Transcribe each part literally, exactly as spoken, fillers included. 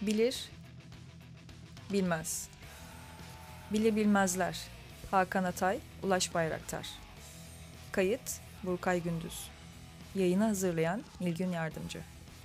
Bilir, bilmez. Bilir bilmezler. Hakan Atay, Ulaş Bayraktar. Kayıt, Burkay Gündüz. Yayını hazırlayan Nilgün Yardımcı.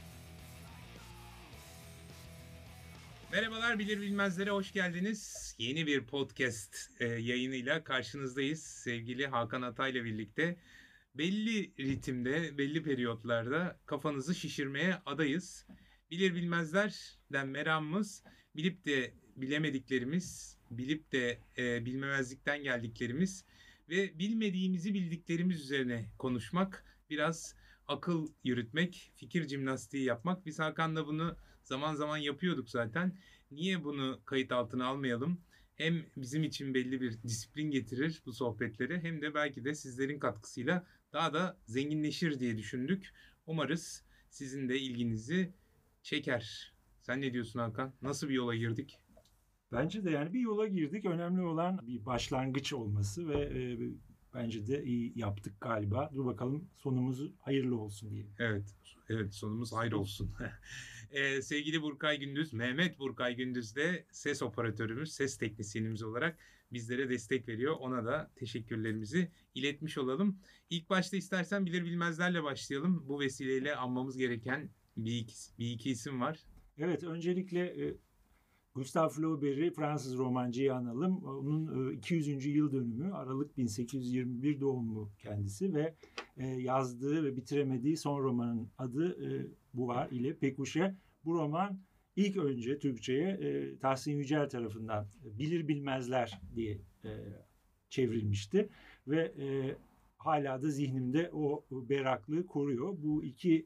Merhabalar, Bilir Bilmezlere hoş geldiniz. Yeni bir podcast e, yayınıyla karşınızdayız. Sevgili Hakan Atay ile birlikte belli ritimde, belli periyotlarda kafanızı şişirmeye adayız. Bilir Bilmezler'den meramımız, bilip de bilemediklerimiz, bilip de e, bilmemezlikten geldiklerimiz ve bilmediğimizi bildiklerimiz üzerine konuşmak, biraz akıl yürütmek, fikir jimnastiği yapmak. Biz Hakan'la bunu zaman zaman yapıyorduk zaten. Niye bunu kayıt altına almayalım? Hem bizim için belli bir disiplin getirir bu sohbetleri, hem de belki de sizlerin katkısıyla daha da zenginleşir diye düşündük. Umarız sizin de ilginizi çeker. Sen ne diyorsun Hakan? Nasıl bir yola girdik? Bence de yani bir yola girdik. Önemli olan bir başlangıç olması ve e, bence de iyi yaptık galiba. Dur bakalım sonumuz hayırlı olsun diyelim. Evet, evet sonumuz hayır olsun. ee, sevgili Burkay Gündüz, Mehmet Burkay Gündüz de ses operatörümüz, ses teknisyenimiz olarak bizlere destek veriyor. Ona da teşekkürlerimizi iletmiş olalım. İlk başta istersen bilir bilmezlerle başlayalım. Bu vesileyle anmamız gereken bir iki, bir iki isim var. Evet, öncelikle e, Gustave Flaubert'i, Fransız romancıyı analım. Onun iki yüzüncü yıl dönümü, Aralık bin sekiz yüz yirmi bir doğumlu kendisi ve yazdığı ve bitiremediği son romanın adı Buvar ile Pekuşe. Bu roman ilk önce Türkçe'ye Tahsin Yücel tarafından Bilir Bilmezler diye çevrilmişti ve hala da zihnimde o berraklığı koruyor. Bu iki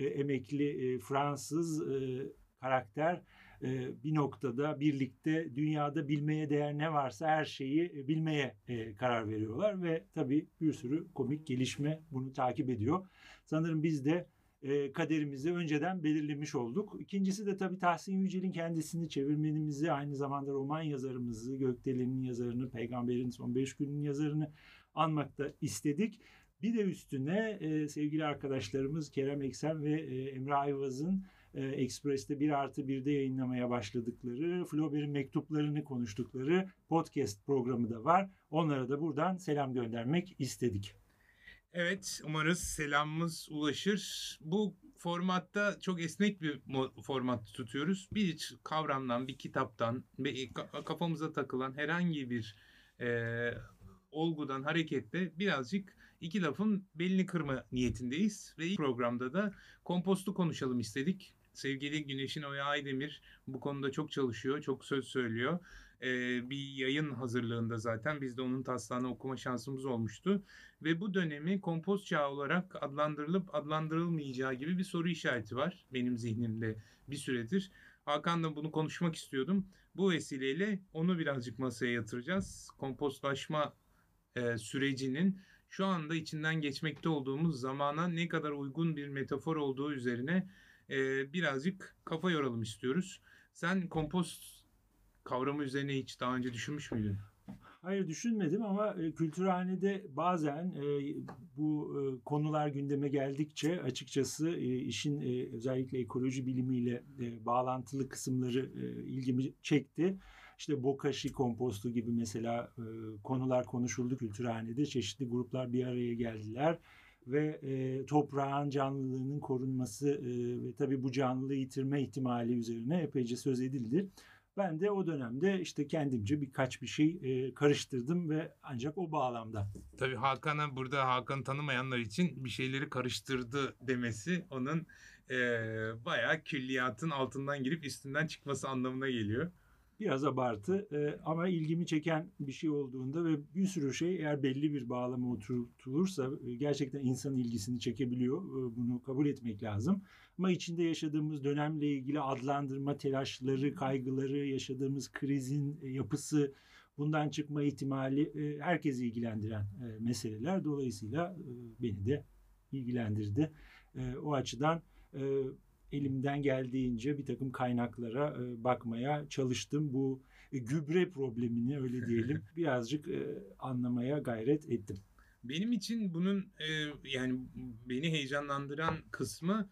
emekli Fransız karakter bir noktada birlikte dünyada bilmeye değer ne varsa her şeyi bilmeye karar veriyorlar ve tabii bir sürü komik gelişme bunu takip ediyor. Sanırım biz de kaderimizi önceden belirlemiş olduk. İkincisi de tabii Tahsin Yücel'in kendisini, çevirmenimizi, aynı zamanda roman yazarımızı, Gökdelen'in yazarını, Peygamber'in Son Beş Günün yazarını anmakta istedik. Bir de üstüne sevgili arkadaşlarımız Kerem Eksen ve Emre Ayvaz'ın Express'te bir artı birde yayınlamaya başladıkları, Flaubert'in mektuplarını konuştukları podcast programı da var. Onlara da buradan selam göndermek istedik. Evet, umarız selamımız ulaşır. Bu formatta çok esnek bir format tutuyoruz. Bir kavramdan, bir kitaptan, kafamıza takılan herhangi bir e, olgudan hareketle birazcık iki lafın belini kırma niyetindeyiz. Ve ilk programda da kompostu konuşalım istedik. Sevgili Güneşin Oya Aydemir bu konuda çok çalışıyor, çok söz söylüyor. Ee, bir yayın hazırlığında zaten biz de onun taslağını okuma şansımız olmuştu. Ve bu dönemi kompost çağı olarak adlandırılıp adlandırılmayacağı gibi bir soru işareti var benim zihnimde bir süredir. Hakan'la bunu konuşmak istiyordum. Bu vesileyle onu birazcık masaya yatıracağız. Kompostlaşma e, sürecinin şu anda içinden geçmekte olduğumuz zamana ne kadar uygun bir metafor olduğu üzerine e, birazcık kafa yoralım istiyoruz. Sen kompost kavramı üzerine hiç daha önce düşünmüş müydün? Hayır, düşünmedim ama e, Kültürhane'de bazen e, bu e, konular gündeme geldikçe açıkçası e, işin e, özellikle ekoloji bilimiyle e, bağlantılı kısımları e, ilgimi çekti. İşte bokashi kompostu gibi mesela e, konular konuşuldu Kültürhane'de. Çeşitli gruplar bir araya geldiler ve e, toprağın canlılığının korunması e, ve tabii bu canlılığı yitirme ihtimali üzerine epeyce söz edildi. Ben de o dönemde işte kendimce birkaç bir şey e, karıştırdım ve ancak o bağlamda. Tabii Hakan'a burada Hakan'ı tanımayanlar için bir şeyleri karıştırdı demesi onun e, bayağı külliyatın altından girip üstünden çıkması anlamına geliyor. Biraz abartı e, ama ilgimi çeken bir şey olduğunda ve bir sürü şey eğer belli bir bağlama oturtulursa e, gerçekten insanın ilgisini çekebiliyor. E, bunu kabul etmek lazım. Ama içinde yaşadığımız dönemle ilgili adlandırma telaşları, kaygıları, yaşadığımız krizin e, yapısı, bundan çıkma ihtimali e, herkesi ilgilendiren e, meseleler. Dolayısıyla e, beni de ilgilendirdi. E, o açıdan e, elimden geldiğince bir takım kaynaklara e, bakmaya çalıştım. Bu e, gübre problemini öyle diyelim birazcık e, anlamaya gayret ettim. Benim için bunun e, yani beni heyecanlandıran kısmı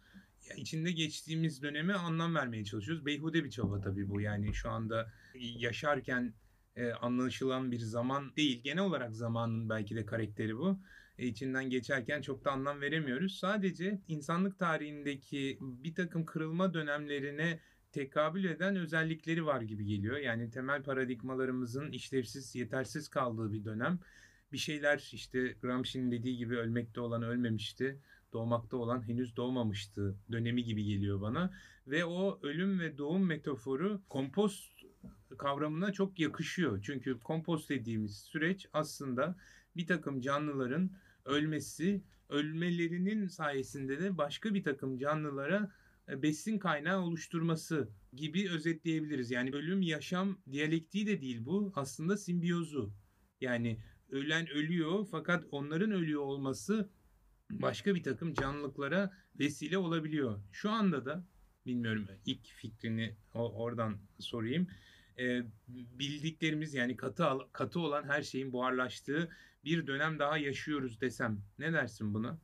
ya içinde geçtiğimiz döneme anlam vermeye çalışıyoruz. Beyhude bir çaba tabii bu. Yani şu anda yaşarken e, anlaşılan bir zaman değil. Genel olarak zamanın belki de karakteri bu. E, içinden geçerken çok da anlam veremiyoruz. Sadece insanlık tarihindeki bir takım kırılma dönemlerine tekabül eden özellikleri var gibi geliyor. Yani temel paradigmalarımızın işlevsiz, yetersiz kaldığı bir dönem. Bir şeyler işte Gramsci'nin dediği gibi ölmekte olan ölmemişti, doğmakta olan henüz doğmamıştı dönemi gibi geliyor bana. Ve o ölüm ve doğum metaforu kompost kavramına çok yakışıyor. Çünkü kompost dediğimiz süreç aslında bir takım canlıların ölmesi, ölmelerinin sayesinde de başka bir takım canlılara besin kaynağı oluşturması gibi özetleyebiliriz. Yani ölüm yaşam diyalektiği de değil bu. Aslında simbiyozu. Yani ölen ölüyor fakat onların ölüyor olması başka bir takım canlılıklara vesile olabiliyor. Şu anda da bilmiyorum ilk fikrini oradan sorayım. E, bildiklerimiz yani katı katı olan her şeyin buharlaştığı bir dönem daha yaşıyoruz desem ne dersin buna?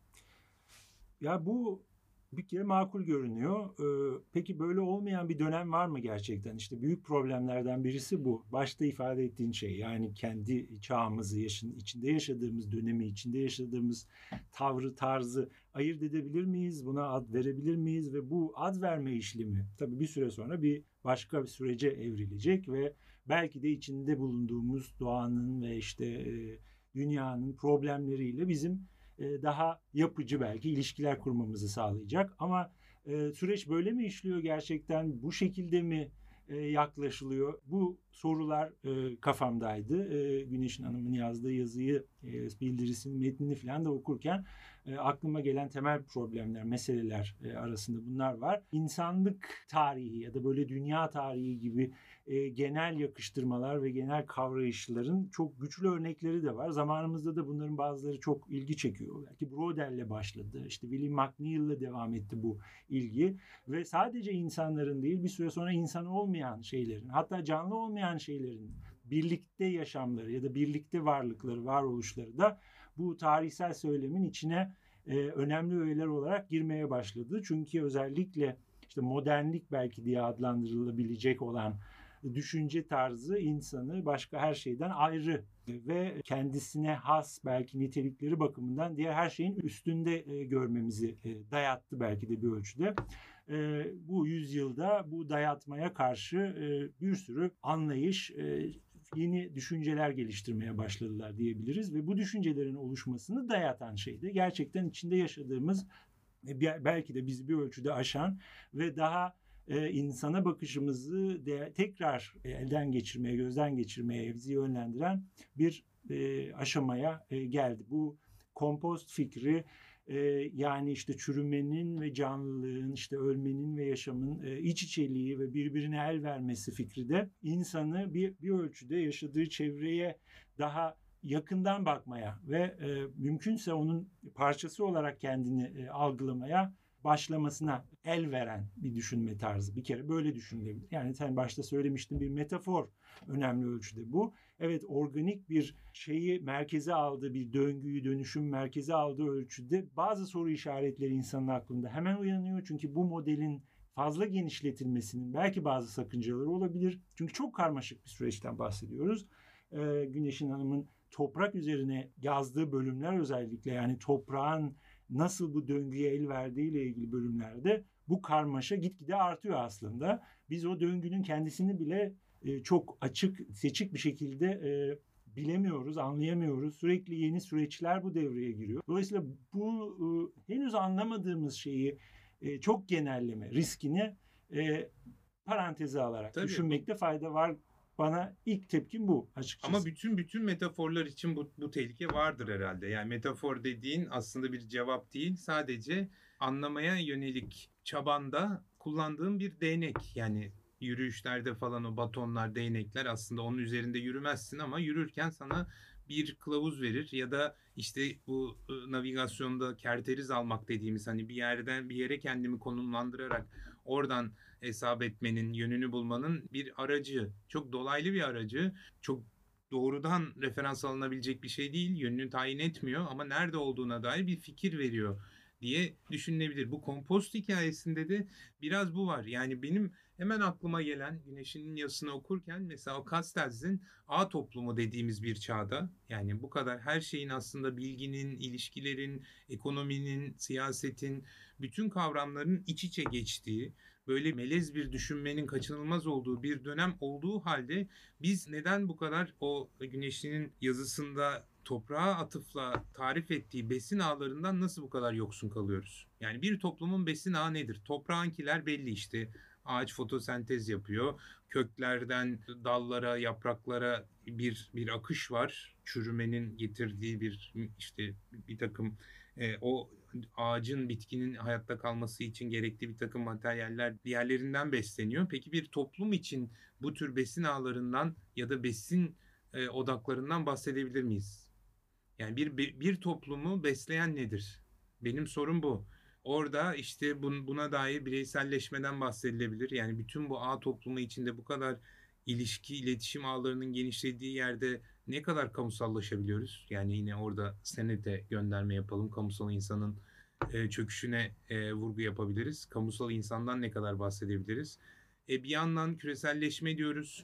Ya bu bir kere makul görünüyor. Ee, peki böyle olmayan bir dönem var mı gerçekten? İşte büyük problemlerden birisi bu. Başta ifade ettiğin şey, yani kendi çağımızı, yaşın içinde yaşadığımız dönemi, içinde yaşadığımız tavrı, tarzı ayırt edebilir miyiz? Buna ad verebilir miyiz? Ve bu ad verme işlemi tabii bir süre sonra bir başka bir sürece evrilecek ve belki de içinde bulunduğumuz doğanın ve işte e, dünyanın problemleriyle bizim daha yapıcı belki ilişkiler kurmamızı sağlayacak. Ama e, süreç böyle mi işliyor gerçekten? Bu şekilde mi e, yaklaşılıyor? Bu sorular e, kafamdaydı. E, Güneşin Hanım'ın yazdığı yazıyı, e, bildirisinin metnini falan da okurken e, aklıma gelen temel problemler, meseleler e, arasında bunlar var. İnsanlık tarihi ya da böyle dünya tarihi gibi e, genel yakıştırmalar ve genel kavrayışların çok güçlü örnekleri de var. Zamanımızda da bunların bazıları çok ilgi çekiyor. Belki Brodel'le başladı. İşte William McNeil'le devam etti bu ilgi. Ve sadece insanların değil, bir süre sonra insan olmayan şeylerin, hatta canlı olmayan şeylerin birlikte yaşamları ya da birlikte varlıkları, varoluşları da bu tarihsel söylemin içine e, önemli öğeler olarak girmeye başladı. Çünkü özellikle işte modernlik belki diye adlandırılabilecek olan düşünce tarzı insanı başka her şeyden ayrı ve kendisine has belki nitelikleri bakımından diğer her şeyin üstünde görmemizi dayattı belki de bir ölçüde. Bu yüzyılda bu dayatmaya karşı bir sürü anlayış, yeni düşünceler geliştirmeye başladılar diyebiliriz ve bu düşüncelerin oluşmasını dayatan şey de gerçekten içinde yaşadığımız, belki de bizi bir ölçüde aşan ve daha e, insana bakışımızı de, tekrar elden geçirmeye, gözden geçirmeye bizi yönlendiren bir e, aşamaya e, geldi. Bu kompost fikri, e, yani işte çürümenin ve canlılığın, işte ölmenin ve yaşamın e, iç içeliği ve birbirine el vermesi fikri de insanı bir, bir ölçüde yaşadığı çevreye daha yakından bakmaya ve e, mümkünse onun parçası olarak kendini e, algılamaya başlamasına el veren bir düşünme tarzı. Bir kere böyle düşünülebilir. Yani sen başta söylemiştin, bir metafor önemli ölçüde bu. Evet, organik bir şeyi merkeze aldığı, bir döngüyü, dönüşüm merkeze aldığı ölçüde bazı soru işaretleri insanın aklında hemen uyanıyor. Çünkü bu modelin fazla genişletilmesinin belki bazı sakıncaları olabilir. Çünkü çok karmaşık bir süreçten bahsediyoruz. Ee, Güneşin Hanım'ın toprak üzerine yazdığı bölümler, özellikle yani toprağın nasıl bu döngüye el verdiğiyle ilgili bölümlerde bu karmaşa gitgide artıyor aslında. Biz o döngünün kendisini bile e, çok açık, seçik bir şekilde e, bilemiyoruz, anlayamıyoruz. Sürekli yeni süreçler bu devreye giriyor. Dolayısıyla bu e, henüz anlamadığımız şeyi e, çok genelleme riskini e, paranteze alarak Tabii, düşünmekte bu... fayda var. Bana ilk tepkim bu açıkçası. Ama bütün bütün metaforlar için bu, bu tehlike vardır herhalde. Yani metafor dediğin aslında bir cevap değil. Sadece anlamaya yönelik çabanda kullandığın bir değnek. Yani yürüyüşlerde falan o batonlar, değnekler aslında onun üzerinde yürümezsin ama yürürken sana bir kılavuz verir ya da işte bu navigasyonda kerteriz almak dediğimiz, hani bir yerden bir yere kendimi konumlandırarak oradan hesap etmenin, yönünü bulmanın bir aracı. Çok dolaylı bir aracı. Çok doğrudan referans alınabilecek bir şey değil. Yönünü tayin etmiyor ama nerede olduğuna dair bir fikir veriyor. diye düşünülebilir. Bu kompost hikayesinde de biraz bu var. Yani benim hemen aklıma gelen Güneş'in yazısını okurken mesela o Castells'in ağ toplumu dediğimiz bir çağda, yani bu kadar her şeyin aslında bilginin, ilişkilerin, ekonominin, siyasetin, bütün kavramların iç içe geçtiği, böyle melez bir düşünmenin kaçınılmaz olduğu bir dönem olduğu halde biz neden bu kadar o Güneşli'nin yazısında toprağa atıfla tarif ettiği besin ağlarından nasıl bu kadar yoksun kalıyoruz? Yani bir toplumun besin ağı nedir? Toprağınkiler belli işte. Ağaç fotosentez yapıyor. Köklerden dallara, yapraklara bir bir akış var. Çürümenin getirdiği bir işte bir takım e, o ağacın, bitkinin hayatta kalması için gerekli bir takım materyaller diğerlerinden besleniyor. Peki bir toplum için bu tür besin ağlarından ya da besin e, odaklarından bahsedebilir miyiz? Yani bir, bir bir toplumu besleyen nedir? Benim sorum bu. Orada işte bun, buna dair bireyselleşmeden bahsedilebilir. Yani bütün bu ağ toplumu içinde bu kadar ilişki, iletişim ağlarının genişlediği yerde ne kadar kamusallaşabiliyoruz? Yani yine orada senete gönderme yapalım. Kamusal insanın e, çöküşüne e, vurgu yapabiliriz. Kamusal insandan ne kadar bahsedebiliriz? E, bir yandan küreselleşme diyoruz.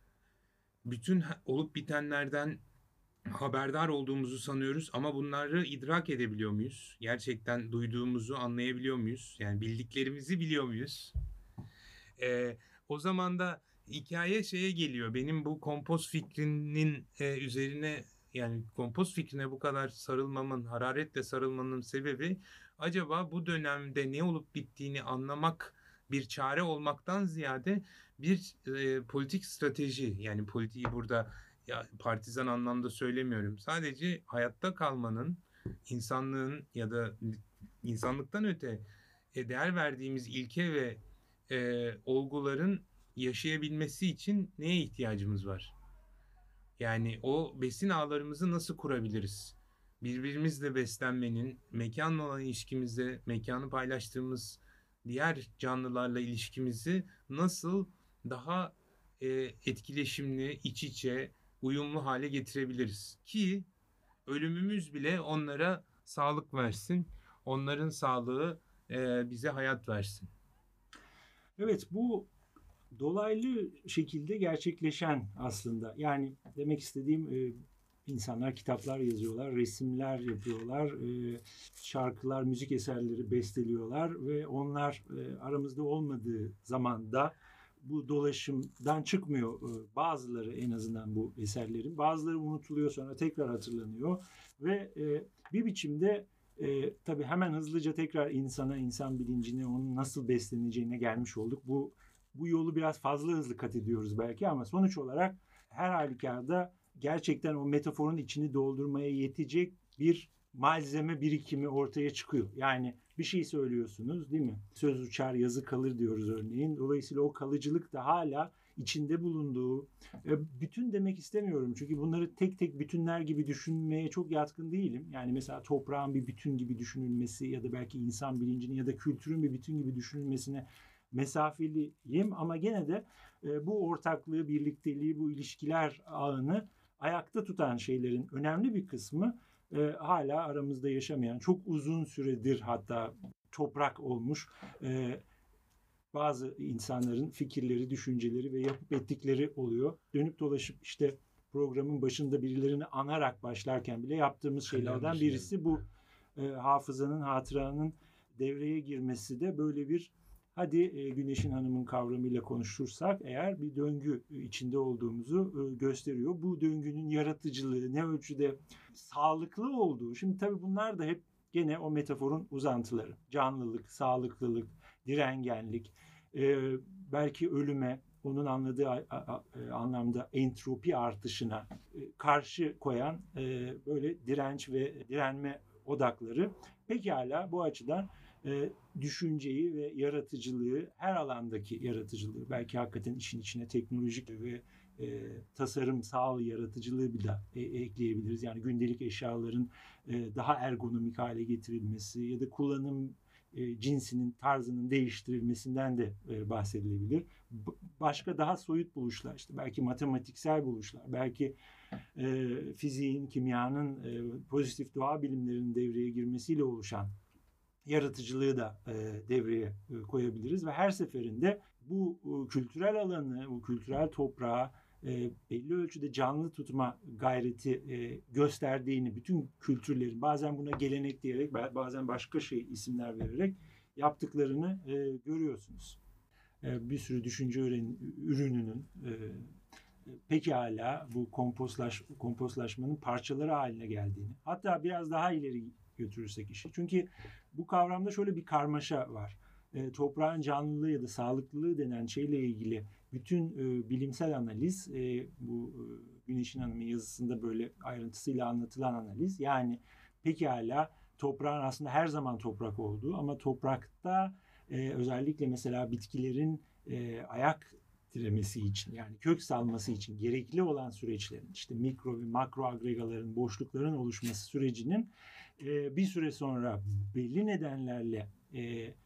Bütün olup bitenlerden haberdar olduğumuzu sanıyoruz ama bunları idrak edebiliyor muyuz? Gerçekten duyduğumuzu anlayabiliyor muyuz? Yani bildiklerimizi biliyor muyuz? Ee, o zaman da hikaye şeye geliyor. Benim bu kompost fikrinin e, üzerine, yani kompost fikrine bu kadar sarılmamın, hararetle sarılmanın sebebi acaba bu dönemde ne olup bittiğini anlamak bir çare olmaktan ziyade bir e, politik strateji, yani politiği burada ya partizan anlamda söylemiyorum. Sadece hayatta kalmanın, insanlığın ya da insanlıktan öte e, değer verdiğimiz ilke ve e, olguların yaşayabilmesi için neye ihtiyacımız var? Yani o besin ağlarımızı nasıl kurabiliriz? Birbirimizle beslenmenin, mekanla olan ilişkimizde, mekanı paylaştığımız diğer canlılarla ilişkimizi nasıl daha e, etkileşimli, iç içe, uyumlu hale getirebiliriz? Ki ölümümüz bile onlara sağlık versin, onların sağlığı e, bize hayat versin. Evet, bu dolaylı şekilde gerçekleşen aslında. Yani demek istediğim e, insanlar kitaplar yazıyorlar, resimler yapıyorlar, e, şarkılar, müzik eserleri besteliyorlar ve onlar e, aramızda olmadığı zamanda bu dolaşımdan çıkmıyor. E, bazıları en azından bu eserlerin. Bazıları unutuluyor, sonra tekrar hatırlanıyor ve e, bir biçimde e, tabii hemen hızlıca tekrar insana, insan bilincine, onun nasıl besleneceğine gelmiş olduk. Bu Bu yolu biraz fazla hızlı kat ediyoruz belki ama sonuç olarak her halükarda gerçekten o metaforun içini doldurmaya yetecek bir malzeme birikimi ortaya çıkıyor. Yani bir şey söylüyorsunuz değil mi? Söz uçar yazı kalır diyoruz örneğin. Dolayısıyla o kalıcılık da hala içinde bulunduğu, bütün demek istemiyorum. Çünkü bunları tek tek bütünler gibi düşünmeye çok yatkın değilim. Yani mesela toprağın bir bütün gibi düşünülmesi ya da belki insan bilincinin ya da kültürün bir bütün gibi düşünülmesine mesafeliyim ama gene de e, bu ortaklığı, birlikteliği, bu ilişkiler ağını ayakta tutan şeylerin önemli bir kısmı e, hala aramızda yaşamayan, çok uzun süredir hatta toprak olmuş e, bazı insanların fikirleri, düşünceleri ve yapıp ettikleri oluyor. Dönüp dolaşıp işte programın başında birilerini anarak başlarken bile yaptığımız şeylerden birisi bu e, hafızanın, hatıranın devreye girmesi de böyle bir, hadi e, Güneş'in Hanım'ın kavramıyla konuşursak eğer, bir döngü içinde olduğumuzu e, gösteriyor. Bu döngünün yaratıcılığı ne ölçüde sağlıklı olduğu. Şimdi tabii bunlar da hep gene o metaforun uzantıları. Canlılık, sağlıklılık, direngenlik, e, belki ölüme, onun anladığı a, a, a, anlamda entropi artışına e, karşı koyan e, böyle direnç ve direnme odakları. Pekala bu açıdan e, düşünceyi ve yaratıcılığı, her alandaki yaratıcılığı, belki hakikaten işin içine teknolojik ve e, tasarımsal yaratıcılığı bir de e, ekleyebiliriz. Yani gündelik eşyaların e, daha ergonomik hale getirilmesi ya da kullanım e, cinsinin, tarzının değiştirilmesinden de e, bahsedilebilir. B- başka daha soyut buluşlar, işte belki matematiksel buluşlar, belki e, fiziğin, kimyanın, e, pozitif doğa bilimlerinin devreye girmesiyle oluşan yaratıcılığı da e, devreye e, koyabiliriz ve her seferinde bu e, kültürel alanı, bu kültürel toprağı e, belli ölçüde canlı tutma gayreti e, gösterdiğini, bütün kültürlerin bazen buna gelenek diyerek, bazen başka şey isimler vererek yaptıklarını e, görüyorsunuz. E, bir sürü düşünce öğren, ürününün e, pekala bu kompostlaş, kompostlaşmanın parçaları haline geldiğini, hatta biraz daha ileri götürürsek işi. Çünkü bu kavramda şöyle bir karmaşa var. E, toprağın canlılığı ya da sağlıklılığı denen şeyle ilgili bütün e, bilimsel analiz, e, bu e, Güneşin Hanım'ın yazısında böyle ayrıntısıyla anlatılan analiz. Yani pekala toprağın aslında her zaman toprak olduğu ama toprakta e, özellikle mesela bitkilerin e, ayak diremesi için, yani kök salması için gerekli olan süreçlerin, işte mikro ve makro agregaların, boşlukların oluşması sürecinin e, bir süre sonra belli nedenlerle e,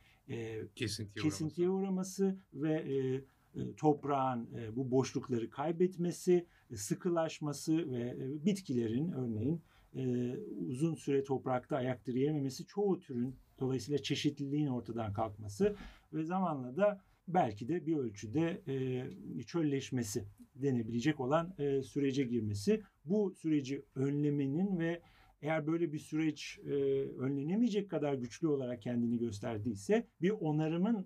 e, kesintiye, kesintiye uğraması, uğraması ve e, e, toprağın e, bu boşlukları kaybetmesi, e, sıkılaşması ve e, bitkilerin örneğin e, uzun süre toprakta ayak direyememesi, çoğu türün dolayısıyla çeşitliliğin ortadan kalkması ve zamanla da belki de bir ölçüde e, çölleşmesi denebilecek olan e, sürece girmesi. Bu süreci önlemenin ve eğer böyle bir süreç e, önlenemeyecek kadar güçlü olarak kendini gösterdiyse bir onarımın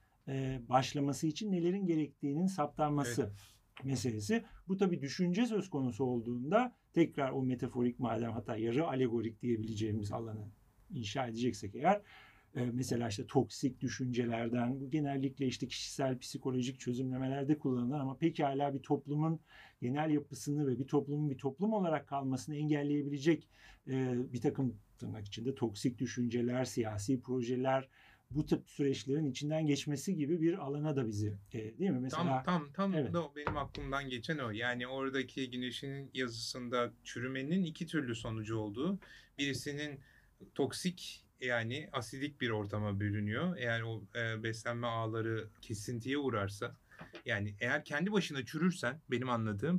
e, başlaması için nelerin gerektiğinin saptanması evet. meselesi. Bu tabii düşünce söz konusu olduğunda tekrar o metaforik madem hatta yarı alegorik diyebileceğimiz alanı inşa edeceksek eğer mesela işte toksik düşüncelerden, bu genellikle işte kişisel psikolojik çözümlemelerde kullanılan ama pekala bir toplumun genel yapısını ve bir toplumun bir toplum olarak kalmasını engelleyebilecek bir takım tırnak içinde toksik düşünceler, siyasi projeler, bu tip süreçlerin içinden geçmesi gibi bir alana da bizi değil mi? Mesela tam tam tam evet. da benim aklımdan geçen o. Yani oradaki Güneş'in yazısında çürümenin iki türlü sonucu olduğu. Birisinin toksik, yani asidik bir ortama bürünüyor. Eğer o e, beslenme ağları kesintiye uğrarsa, yani eğer kendi başına çürürsen benim anladığım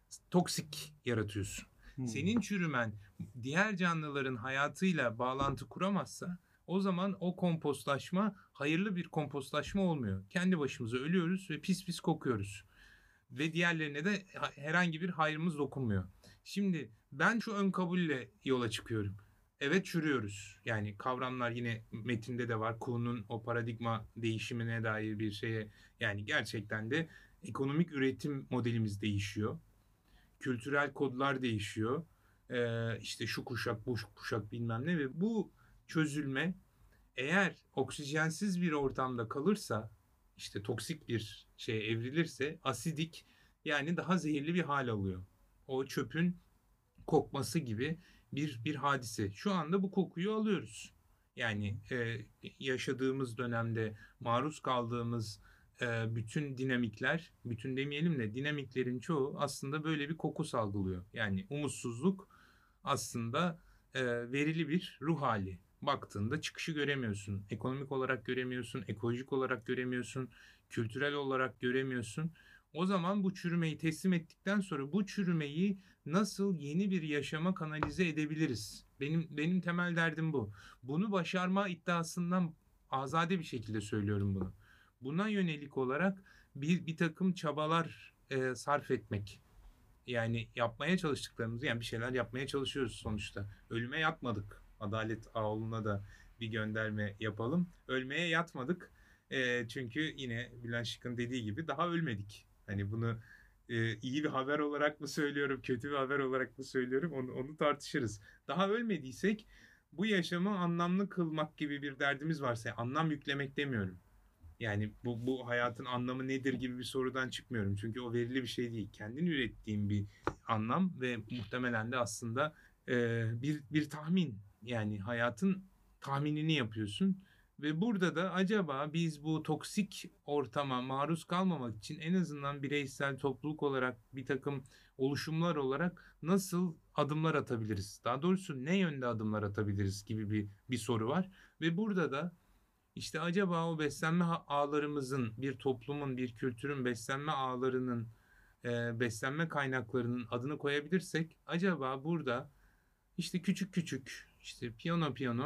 toksik yaratıyorsun. Hmm. Senin çürümen diğer canlıların hayatıyla bağlantı kuramazsa o zaman o kompostlaşma hayırlı bir kompostlaşma olmuyor. Kendi başımıza ölüyoruz ve pis pis kokuyoruz. Ve diğerlerine de herhangi bir hayrımız dokunmuyor. Şimdi ben şu ön kabulle yola çıkıyorum. Evet, çürüyoruz. Yani kavramlar yine metinde de var. Kuhn'un o paradigma değişimine dair bir şeye, yani gerçekten de ekonomik üretim modelimiz değişiyor. Kültürel kodlar değişiyor. Ee, işte şu kuşak, bu kuşak bilmem ne ve bu çözülme eğer oksijensiz bir ortamda kalırsa, işte toksik bir şeye evrilirse asidik, yani daha zehirli bir hal alıyor. O çöpün kokması gibi bir bir hadise. Şu anda bu kokuyu alıyoruz. Yani e, yaşadığımız dönemde maruz kaldığımız e, bütün dinamikler, bütün demeyelim de dinamiklerin çoğu aslında böyle bir koku salgılıyor. Yani umutsuzluk aslında e, verili bir ruh hali. Baktığında çıkışı göremiyorsun. Ekonomik olarak göremiyorsun, ekolojik olarak göremiyorsun, kültürel olarak göremiyorsun. O zaman bu çürümeyi teslim ettikten sonra bu çürümeyi nasıl yeni bir yaşama kanalize edebiliriz? Benim benim temel derdim bu. Bunu başarma iddiasından azade bir şekilde söylüyorum bunu. Buna yönelik olarak bir bir takım çabalar e, sarf etmek. Yani yapmaya çalıştıklarımız, yani bir şeyler yapmaya çalışıyoruz sonuçta. Ölüme yatmadık. Adalet Ağoğlu'na da bir gönderme yapalım. Ölmeye yatmadık. E, çünkü yine Bülent Şık'ın dediği gibi daha ölmedik. Hani bunu e, iyi bir haber olarak mı söylüyorum, kötü bir haber olarak mı söylüyorum, onu, onu tartışırız. Daha ölmediysek bu yaşamı anlamlı kılmak gibi bir derdimiz varsa, anlam yüklemek demiyorum. Yani bu, bu hayatın anlamı nedir gibi bir sorudan çıkmıyorum. Çünkü o verili bir şey değil. Kendin ürettiğin bir anlam ve muhtemelen de aslında e, bir, bir tahmin. Yani hayatın tahminini yapıyorsun. Ve burada da acaba biz bu toksik ortama maruz kalmamak için en azından bireysel, topluluk olarak, bir takım oluşumlar olarak nasıl adımlar atabiliriz? Daha doğrusu ne yönde adımlar atabiliriz gibi bir, bir soru var. Ve burada da işte acaba o beslenme ağlarımızın, bir toplumun, bir kültürün beslenme ağlarının, e, beslenme kaynaklarının adını koyabilirsek, acaba burada işte küçük küçük, işte piyano piyano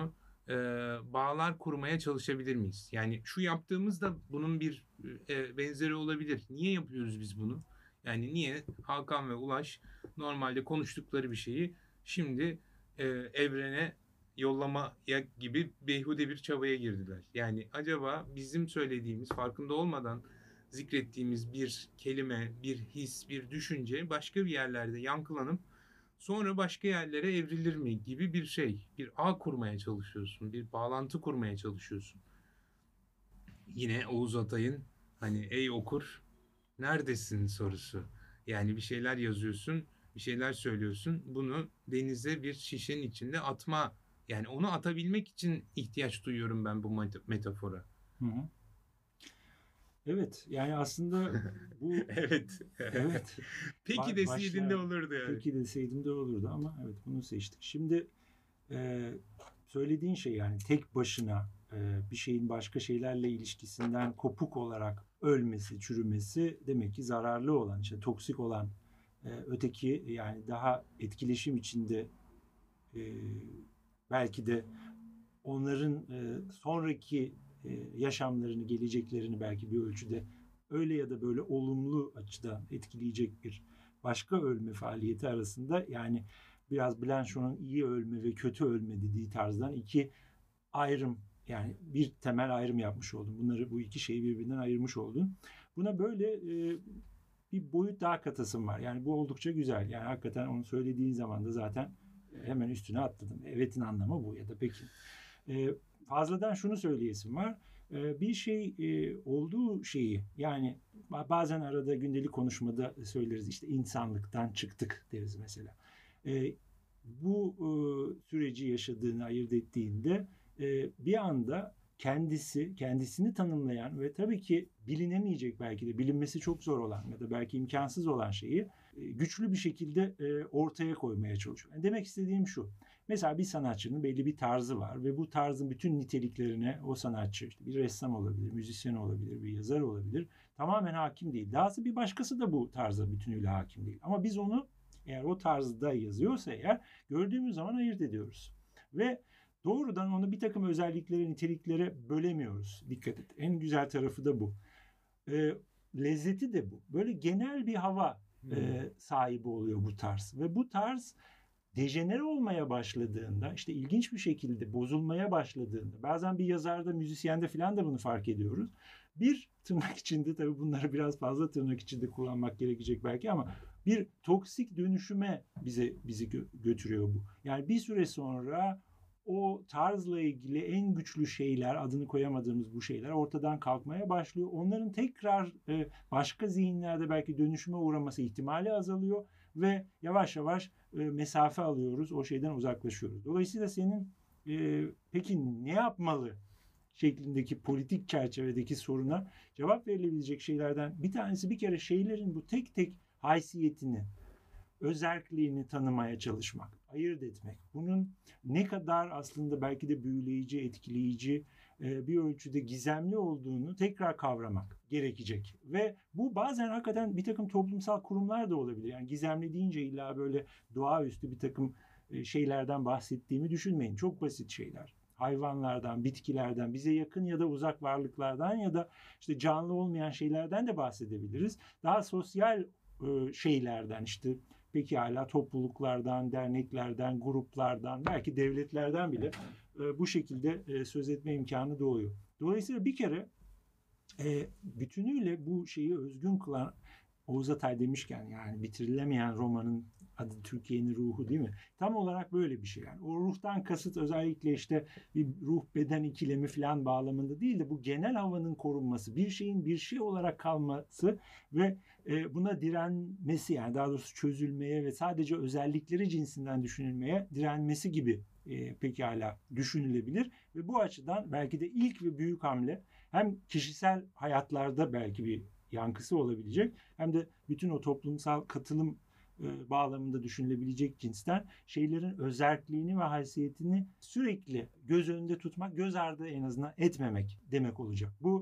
e, bağlar kurmaya çalışabilir miyiz? Yani şu yaptığımız da bunun bir e, benzeri olabilir. Niye yapıyoruz biz bunu? Yani niye Hakan ve Ulaş normalde konuştukları bir şeyi şimdi e, evrene yollamaya gibi beyhude bir çabaya girdiler. Yani acaba bizim söylediğimiz, farkında olmadan zikrettiğimiz bir kelime, bir his, bir düşünce başka bir yerlerde yankılanıp sonra başka yerlere evrilir mi gibi bir şey. Bir ağ kurmaya çalışıyorsun, bir bağlantı kurmaya çalışıyorsun. Yine Oğuz Atay'ın hani ey okur neredesin sorusu. Yani bir şeyler yazıyorsun, bir şeyler söylüyorsun. Bunu denize bir şişenin içinde atma. Yani onu atabilmek için ihtiyaç duyuyorum ben bu met- metafora. Hı hı. Evet, yani aslında bu Evet. evet. Peki Ba- deseydin başlar- de olurdu yani. Peki deseydim de olurdu ama evet bunu seçtik. Şimdi e, söylediğin şey yani tek başına e, bir şeyin başka şeylerle ilişkisinden kopuk olarak ölmesi, çürümesi demek ki zararlı olan, işte toksik olan e, öteki yani daha etkileşim içinde e, belki de onların e, sonraki e, yaşamlarını, geleceklerini belki bir ölçüde öyle ya da böyle olumlu açıdan etkileyecek bir başka ölme faaliyeti arasında yani biraz Blanchot'un iyi ölme ve kötü ölme dediği tarzdan iki ayrım yani bir temel ayrım yapmış oldum. Bunları bu iki şeyi birbirinden ayırmış oldum. Buna böyle e, bir boyut daha katasım var. Yani bu oldukça güzel. Yani hakikaten onu söylediğin zaman da zaten hemen üstüne atladım. Evet'in anlamı bu ya da peki. E, fazladan şunu söyleyesim var. E, bir şey e, olduğu şeyi yani bazen arada gündelik konuşmada söyleriz işte insanlıktan çıktık deriz mesela. E, bu e, süreci yaşadığını ayırt ettiğinde e, bir anda kendisi, kendisini tanımlayan ve tabii ki bilinemeyecek belki de bilinmesi çok zor olan ya da belki imkansız olan şeyi e, güçlü bir şekilde e, ortaya koymaya çalışıyor. Yani demek istediğim şu. Mesela bir sanatçının belli bir tarzı var ve bu tarzın bütün niteliklerine o sanatçı işte bir ressam olabilir, müzisyen olabilir, bir yazar olabilir. Tamamen hakim değil. Dahası bir başkası da bu tarza bütünüyle hakim değil. Ama biz onu eğer o tarzda yazıyorsa eğer gördüğümüz zaman ayırt ediyoruz. Ve doğrudan onu bir takım özelliklere, niteliklere bölemiyoruz. Dikkat et. En güzel tarafı da bu. E, lezzeti de bu. Böyle genel bir hava e, sahibi oluyor bu tarz. Ve bu tarz dejenere olmaya başladığında, işte ilginç bir şekilde bozulmaya başladığında, bazen bir yazarda, müzisyende falan da bunu fark ediyoruz. Bir tırnak içinde, tabii bunları biraz fazla tırnak içinde kullanmak gerekecek belki ama bir toksik dönüşüme bize bizi gö- götürüyor bu. Yani bir süre sonra o tarzla ilgili en güçlü şeyler, adını koyamadığımız bu şeyler ortadan kalkmaya başlıyor. Onların tekrar e, başka zihinlerde belki dönüşüme uğraması ihtimali azalıyor ve yavaş yavaş e, mesafe alıyoruz, o şeyden uzaklaşıyoruz. Dolayısıyla senin e, peki ne yapmalı şeklindeki politik çerçevedeki soruna cevap verilebilecek şeylerden bir tanesi bir kere şeylerin bu tek tek haysiyetini, özerkliğini tanımaya çalışmak, ayırt etmek. Bunun ne kadar aslında belki de büyüleyici, etkileyici, bir ölçüde gizemli olduğunu tekrar kavramak gerekecek. Ve bu bazen hakikaten bir takım toplumsal kurumlar da olabilir. Yani gizemli deyince illa böyle doğaüstü bir takım şeylerden bahsettiğimi düşünmeyin. Çok basit şeyler. Hayvanlardan, bitkilerden, bize yakın ya da uzak varlıklardan ya da işte canlı olmayan şeylerden de bahsedebiliriz. Daha sosyal şeylerden işte peki hala topluluklardan, derneklerden, gruplardan, belki devletlerden bile e, bu şekilde e, söz etme imkanı doğuyor. Dolayısıyla bir kere e, bütünüyle bu şeyi özgün kılan Oğuz Atay demişken yani bitirilemeyen romanın adı Türkiye'nin ruhu değil mi? Tam olarak böyle bir şey yani. O ruhtan kasıt özellikle işte bir ruh beden ikilemi falan bağlamında değil de bu genel havanın korunması, bir şeyin bir şey olarak kalması ve e, buna direnmesi yani daha doğrusu çözülmeye ve sadece özellikleri cinsinden düşünülmeye direnmesi gibi e, pekala düşünülebilir ve bu açıdan belki de ilk ve büyük hamle hem kişisel hayatlarda belki bir yankısı olabilecek hem de bütün o toplumsal katılım e, bağlamında düşünülebilecek cinsten şeylerin özerkliğini ve haysiyetini sürekli göz önünde tutmak, göz ardı en azından etmemek demek olacak. Bu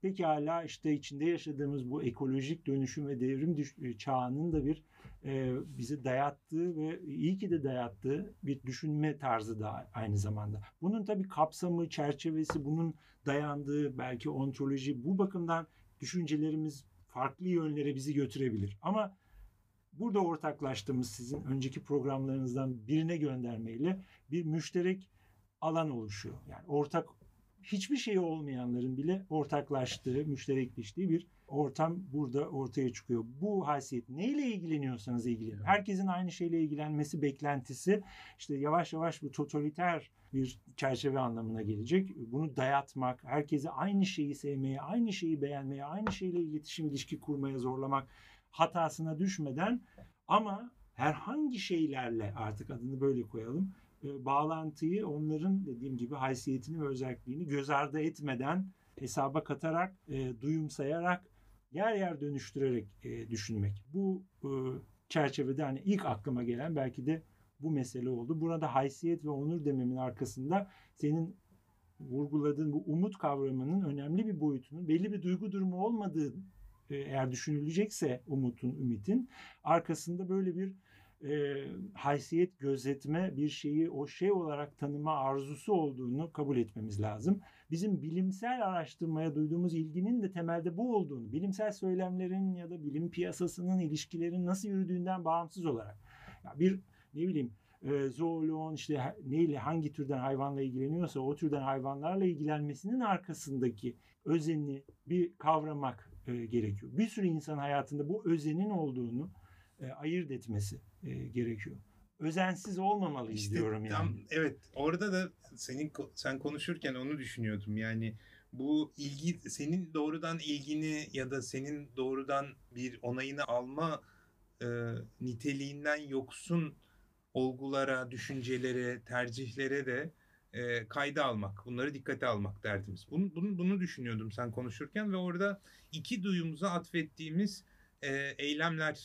pekala işte içinde yaşadığımız bu ekolojik dönüşüm ve devrim düş- çağının da bir e, bize dayattığı ve iyi ki de dayattığı bir düşünme tarzı da aynı zamanda. Bunun tabii kapsamı, çerçevesi, bunun dayandığı belki ontoloji, bu bakımdan düşüncelerimiz farklı yönlere bizi götürebilir. Ama burada ortaklaştığımız, sizin önceki programlarınızdan birine göndermeyle bir müşterek alan oluşuyor. Yani ortak, hiçbir şey olmayanların bile ortaklaştığı, müşterekleştiği bir ortam burada ortaya çıkıyor. Bu haysiyet, neyle ilgileniyorsanız ilgilenin. Herkesin aynı şeyle ilgilenmesi beklentisi işte yavaş yavaş bu totaliter bir çerçeve anlamına gelecek. Bunu dayatmak, herkesi aynı şeyi sevmeye, aynı şeyi beğenmeye, aynı şeyle iletişim ilişki kurmaya zorlamak hatasına düşmeden, ama herhangi şeylerle, artık adını böyle koyalım, bağlantıyı, onların dediğim gibi haysiyetini ve özelliğini göz ardı etmeden, hesaba katarak, e, duyumsayarak, yer yer dönüştürerek e, düşünmek. Bu e, çerçevede hani ilk aklıma gelen belki de bu mesele oldu. Burada haysiyet ve onur dememin arkasında senin vurguladığın bu umut kavramının önemli bir boyutunun, belli bir duygu durumu olmadığı e, eğer düşünülecekse umutun, ümitin arkasında böyle bir e, haysiyet gözetme, bir şeyi o şey olarak tanıma arzusu olduğunu kabul etmemiz lazım. Bizim bilimsel araştırmaya duyduğumuz ilginin de temelde bu olduğunu, bilimsel söylemlerin ya da bilim piyasasının, ilişkilerin nasıl yürüdüğünden bağımsız olarak. Ya bir ne bileyim e, zooloğun işte neyle, hangi türden hayvanla ilgileniyorsa o türden hayvanlarla ilgilenmesinin arkasındaki özeni bir kavramak e, gerekiyor. Bir sürü insan hayatında bu özenin olduğunu e, ayırt etmesi e, gerekiyor. Özensiz olmamalıyız İşte diyorum tam, yani. evet, orada da senin sen konuşurken onu düşünüyordum. Yani bu ilgi, senin doğrudan ilgini ya da senin doğrudan bir onayını alma e, niteliğinden yoksun olgulara, düşüncelere, tercihlere de e, kayda almak, bunları dikkate almak derdimiz. Bunu, bunu, bunu düşünüyordum sen konuşurken ve orada iki duyumuza atfettiğimiz e, eylemler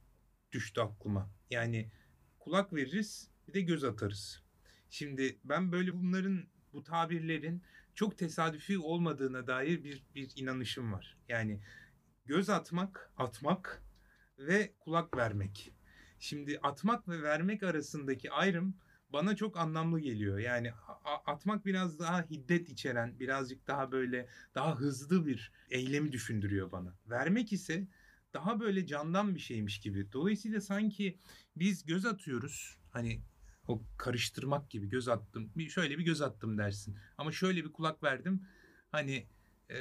düştü aklıma. Yani kulak veririz, bir de göz atarız. Şimdi ben böyle bunların, bu tabirlerin çok tesadüfi olmadığına dair bir bir inanışım var. Yani göz atmak, atmak ve kulak vermek. Şimdi atmak ve vermek arasındaki ayrım bana çok anlamlı geliyor. Yani atmak biraz daha hiddet içeren, birazcık daha böyle daha hızlı bir eylemi düşündürüyor bana. Vermek ise daha böyle candan bir şeymiş gibi. Dolayısıyla sanki biz göz atıyoruz. Hani o karıştırmak gibi, göz attım. Bir şöyle bir göz attım dersin. Ama şöyle bir kulak verdim. Hani e,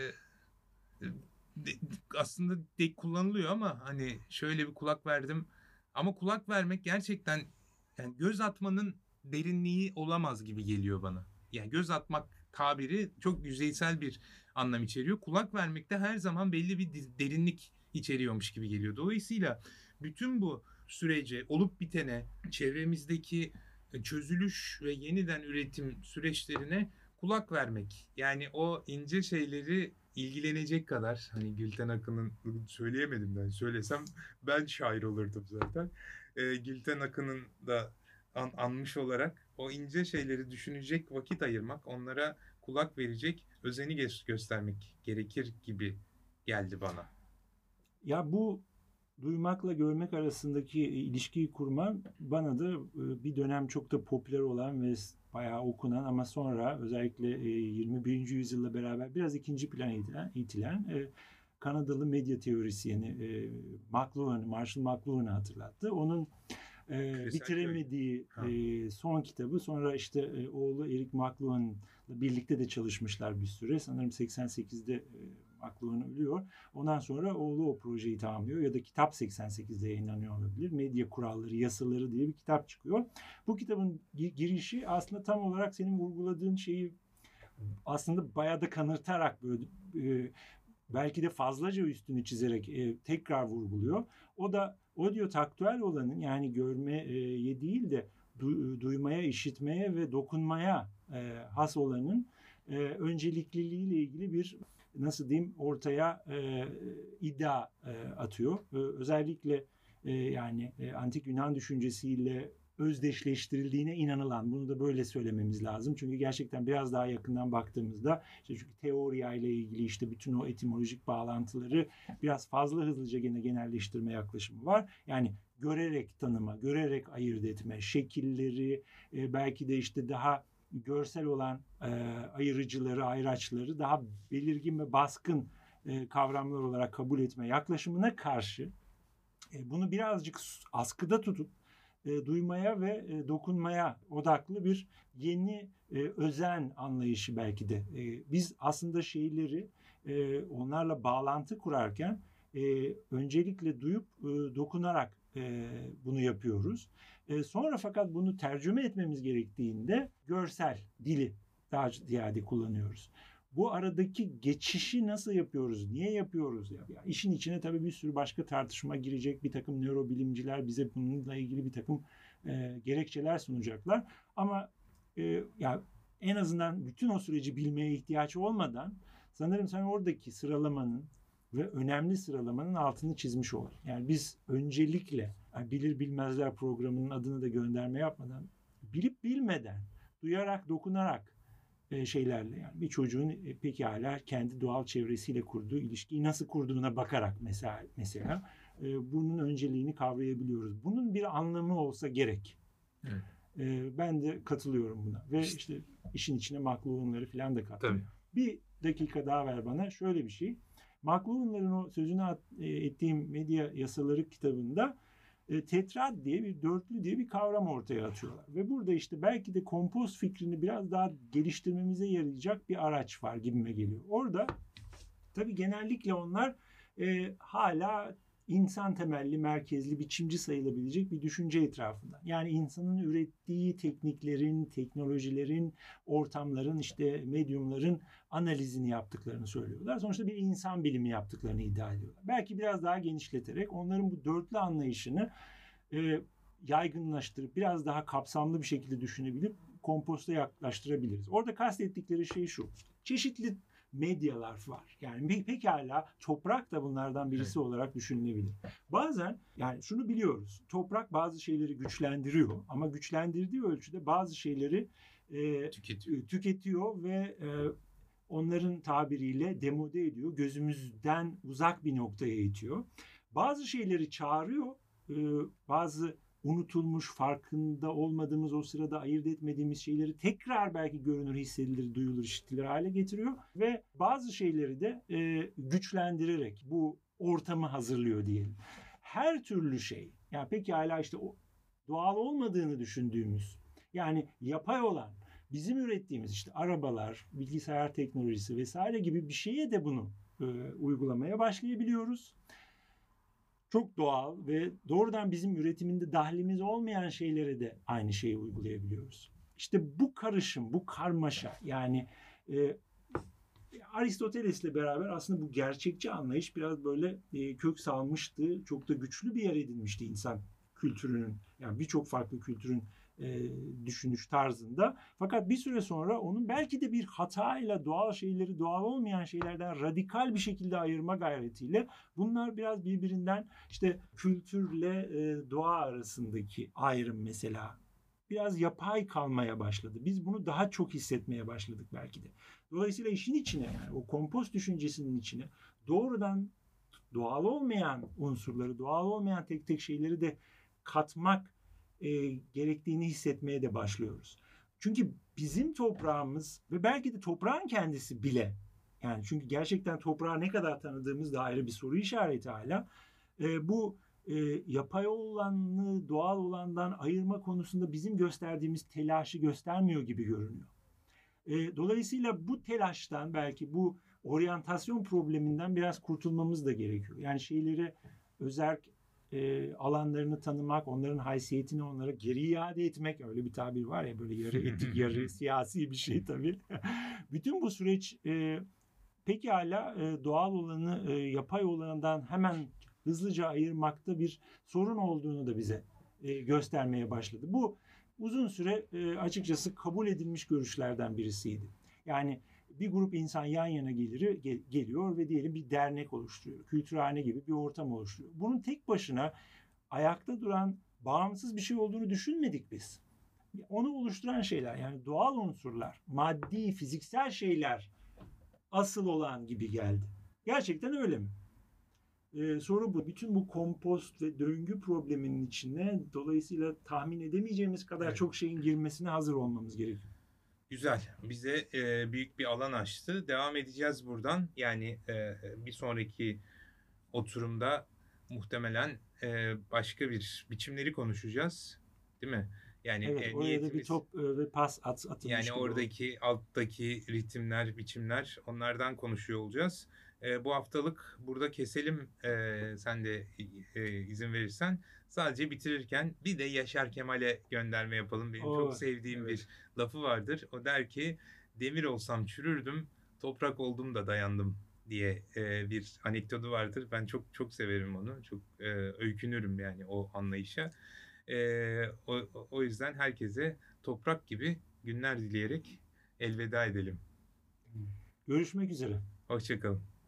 de, aslında de kullanılıyor ama hani şöyle bir kulak verdim. Ama kulak vermek gerçekten, yani göz atmanın derinliği olamaz gibi geliyor bana. Yani göz atmak tabiri çok yüzeysel bir anlam içeriyor. Kulak vermek de her zaman belli bir derinlik içeriyormuş gibi geliyor. Dolayısıyla bütün bu sürece, olup bitene, çevremizdeki çözülüş ve yeniden üretim süreçlerine kulak vermek. Yani o ince şeyleri ilgilenecek kadar, hani Gülten Akın'ın, söyleyemedim ben, söylesem ben şair olurdum zaten. E, Gülten Akın'ın da an, anmış olarak o ince şeyleri düşünecek vakit ayırmak, onlara kulak verecek özeni gö- göstermek gerekir gibi geldi bana. Ya bu duymakla görmek arasındaki ilişkiyi kurman bana da bir dönem çok da popüler olan ve bayağı okunan ama sonra özellikle yirmi birinci yüzyılla beraber biraz ikinci plana itilen, itilen Kanadalı medya teorisyeni McLuhan, Marshall McLuhan'ı hatırlattı. Onun e, bitiremediği e, son kitabı, sonra işte e, oğlu Eric McLuhan'la birlikte de çalışmışlar bir süre. Sanırım seksen sekizde e, McLuhan ölüyor. Ondan sonra oğlu o projeyi tamamlıyor ya da kitap seksen sekizde yayınlanıyor olabilir. Medya Kuralları, Yasaları diye bir kitap çıkıyor. Bu kitabın girişi aslında tam olarak senin vurguladığın şeyi aslında bayağı da kanırtarak, böyle e, belki de fazlaca üstünü çizerek e, tekrar vurguluyor. O da audio taktüel olanın, yani görmeye değil de du, duymaya, işitmeye ve dokunmaya e, has olanın e, öncelikliliğiyle ilgili bir, nasıl diyeyim, ortaya e, iddia e, atıyor. E, özellikle e, yani e, antik Yunan düşüncesiyle özdeşleştirildiğine inanılan, bunu da böyle söylememiz lazım. Çünkü gerçekten biraz daha yakından baktığımızda işte çünkü teoriya ile ilgili işte bütün o etimolojik bağlantıları biraz fazla hızlıca gene genelleştirme yaklaşımı var. Yani görerek tanıma, görerek ayırt etme, şekilleri e, belki de işte daha görsel olan e, ayırıcıları, ayraçları daha belirgin ve baskın e, kavramlar olarak kabul etme yaklaşımına karşı e, bunu birazcık askıda tutup e, duymaya ve e, dokunmaya odaklı bir yeni e, özen anlayışı belki de. E, biz aslında şeyleri e, onlarla bağlantı kurarken e, öncelikle duyup e, dokunarak e, bunu yapıyoruz. E, sonra fakat bunu tercüme etmemiz gerektiğinde görsel dili daha ziyade kullanıyoruz. Bu aradaki geçişi nasıl yapıyoruz? Niye yapıyoruz? Ya, ya işin içine tabii bir sürü başka tartışma girecek. Bir takım nörobilimciler bize bununla ilgili bir takım e, gerekçeler sunacaklar. Ama e, ya en azından bütün o süreci bilmeye ihtiyaç olmadan sanırım sen oradaki sıralamanın ve önemli sıralamanın altını çizmiş olur. Yani biz öncelikle yani bilir bilmezler programının adını da gönderme yapmadan bilip bilmeden, duyarak, dokunarak şeylerle yani bir çocuğun pekala kendi doğal çevresiyle kurduğu ilişkiyi nasıl kurduğuna bakarak mesela mesela bunun önceliğini kavrayabiliyoruz. Bunun bir anlamı olsa gerek. Evet. Ben de katılıyorum buna ve işte işin içine McLuhan'ları falan da kattım. Tabii. Bir dakika daha ver bana şöyle bir şey. McLuhan'ların o sözünü ettiğim medya yasaları kitabında tetrad diye bir dörtlü diye bir kavram ortaya atıyorlar. Ve burada işte belki de kompoz fikrini biraz daha geliştirmemize yarayacak bir araç var gibime geliyor. Orada tabii genellikle onlar e, hala insan temelli, merkezli, biçimci sayılabilecek bir düşünce etrafında. Yani insanın ürettiği tekniklerin, teknolojilerin, ortamların, işte medyumların analizini yaptıklarını söylüyorlar. Sonuçta bir insan bilimi yaptıklarını iddia ediyorlar. Belki biraz daha genişleterek onların bu dörtlü anlayışını e, yaygınlaştırıp biraz daha kapsamlı bir şekilde düşünebilip komposta yaklaştırabiliriz. Orada kastettikleri şey şu. Çeşitli medyalar var. Yani pekala toprak da bunlardan birisi evet. olarak düşünülebilir. Bazen yani şunu biliyoruz. Toprak bazı şeyleri güçlendiriyor ama güçlendirdiği ölçüde bazı şeyleri e, tüketiyor. tüketiyor ve e, onların tabiriyle demode ediyor. Gözümüzden uzak bir noktaya itiyor. Bazı şeyleri çağırıyor. E, bazı unutulmuş, farkında olmadığımız, o sırada ayırt etmediğimiz şeyleri tekrar belki görünür, hissedilir, duyulur, işitilir hale getiriyor. Ve bazı şeyleri de e, güçlendirerek bu ortamı hazırlıyor diyelim. Her türlü şey, yani peki hala işte o doğal olmadığını düşündüğümüz, yani yapay olan, bizim ürettiğimiz işte arabalar, bilgisayar teknolojisi vesaire gibi bir şeye de bunu e, uygulamaya başlayabiliyoruz. Çok doğal ve doğrudan bizim üretiminde dahlimiz olmayan şeylere de aynı şeyi uygulayabiliyoruz. İşte bu karışım, bu karmaşa yani e, Aristoteles'le beraber aslında bu gerçekçi anlayış biraz böyle e, kök salmıştı. Çok da güçlü bir yer edinmişti insan kültürünün, yani birçok farklı kültürün e, düşünüş tarzında. Fakat bir süre sonra onun belki de bir hatayla doğal şeyleri doğal olmayan şeylerden radikal bir şekilde ayırma gayretiyle bunlar biraz birbirinden işte kültürle e, doğa arasındaki ayrım mesela biraz yapay kalmaya başladı. Biz bunu daha çok hissetmeye başladık belki de. Dolayısıyla işin içine yani o kompost düşüncesinin içine doğrudan doğal olmayan unsurları, doğal olmayan tek tek şeyleri de katmak e, gerektiğini hissetmeye de başlıyoruz. Çünkü bizim toprağımız ve belki de toprağın kendisi bile yani çünkü gerçekten toprağı ne kadar tanıdığımız da ayrı bir soru işareti hala. E, bu e, yapay olanı doğal olandan ayırma konusunda bizim gösterdiğimiz telaşı göstermiyor gibi görünüyor. E, dolayısıyla bu telaştan belki bu oryantasyon probleminden biraz kurtulmamız da gerekiyor. Yani şeyleri özerk e, alanlarını tanımak, onların haysiyetini onlara geri iade etmek, öyle bir tabir var ya böyle yarı etik yarı siyasi bir şey tabii. Bütün bu süreç e, pekala e, doğal olanı e, yapay olanından hemen hızlıca ayırmakta bir sorun olduğunu da bize e, göstermeye başladı. Bu uzun süre e, açıkçası kabul edilmiş görüşlerden birisiydi. Yani bir grup insan yan yana gelir, gel, geliyor ve diyelim bir dernek oluşturuyor. Kültürhane gibi bir ortam oluşturuyor. Bunun tek başına ayakta duran bağımsız bir şey olduğunu düşünmedik biz. Onu oluşturan şeyler, yani doğal unsurlar, maddi, fiziksel şeyler asıl olan gibi geldi. Gerçekten öyle mi? Ee, soru bu. Bütün bu kompost ve döngü probleminin içine dolayısıyla tahmin edemeyeceğimiz kadar Evet. çok şeyin girmesine hazır olmamız gerekiyor. Güzel. Bize e, büyük bir alan açtı. Devam edeceğiz buradan. Yani e, bir sonraki oturumda muhtemelen e, başka bir biçimleri konuşacağız. Değil mi? Yani Evet, e, oraya da bir niyetimiz top e, ve pas at, atılmış yani gibi oldu. oradaki alttaki ritimler, biçimler onlardan konuşuyor olacağız. E, bu haftalık burada keselim e, sen de e, izin verirsen. Sadece bitirirken bir de Yaşar Kemal'e gönderme yapalım. Benim Oo, çok sevdiğim evet. bir lafı vardır. O der ki demir olsam çürürdüm, toprak oldum da dayandım diye e, bir anekdotu vardır. Ben çok çok severim onu. Çok e, öykünürüm yani o anlayışa. E, o, o yüzden herkese toprak gibi günler dileyerek elveda edelim. Görüşmek üzere. Hoşça kalın.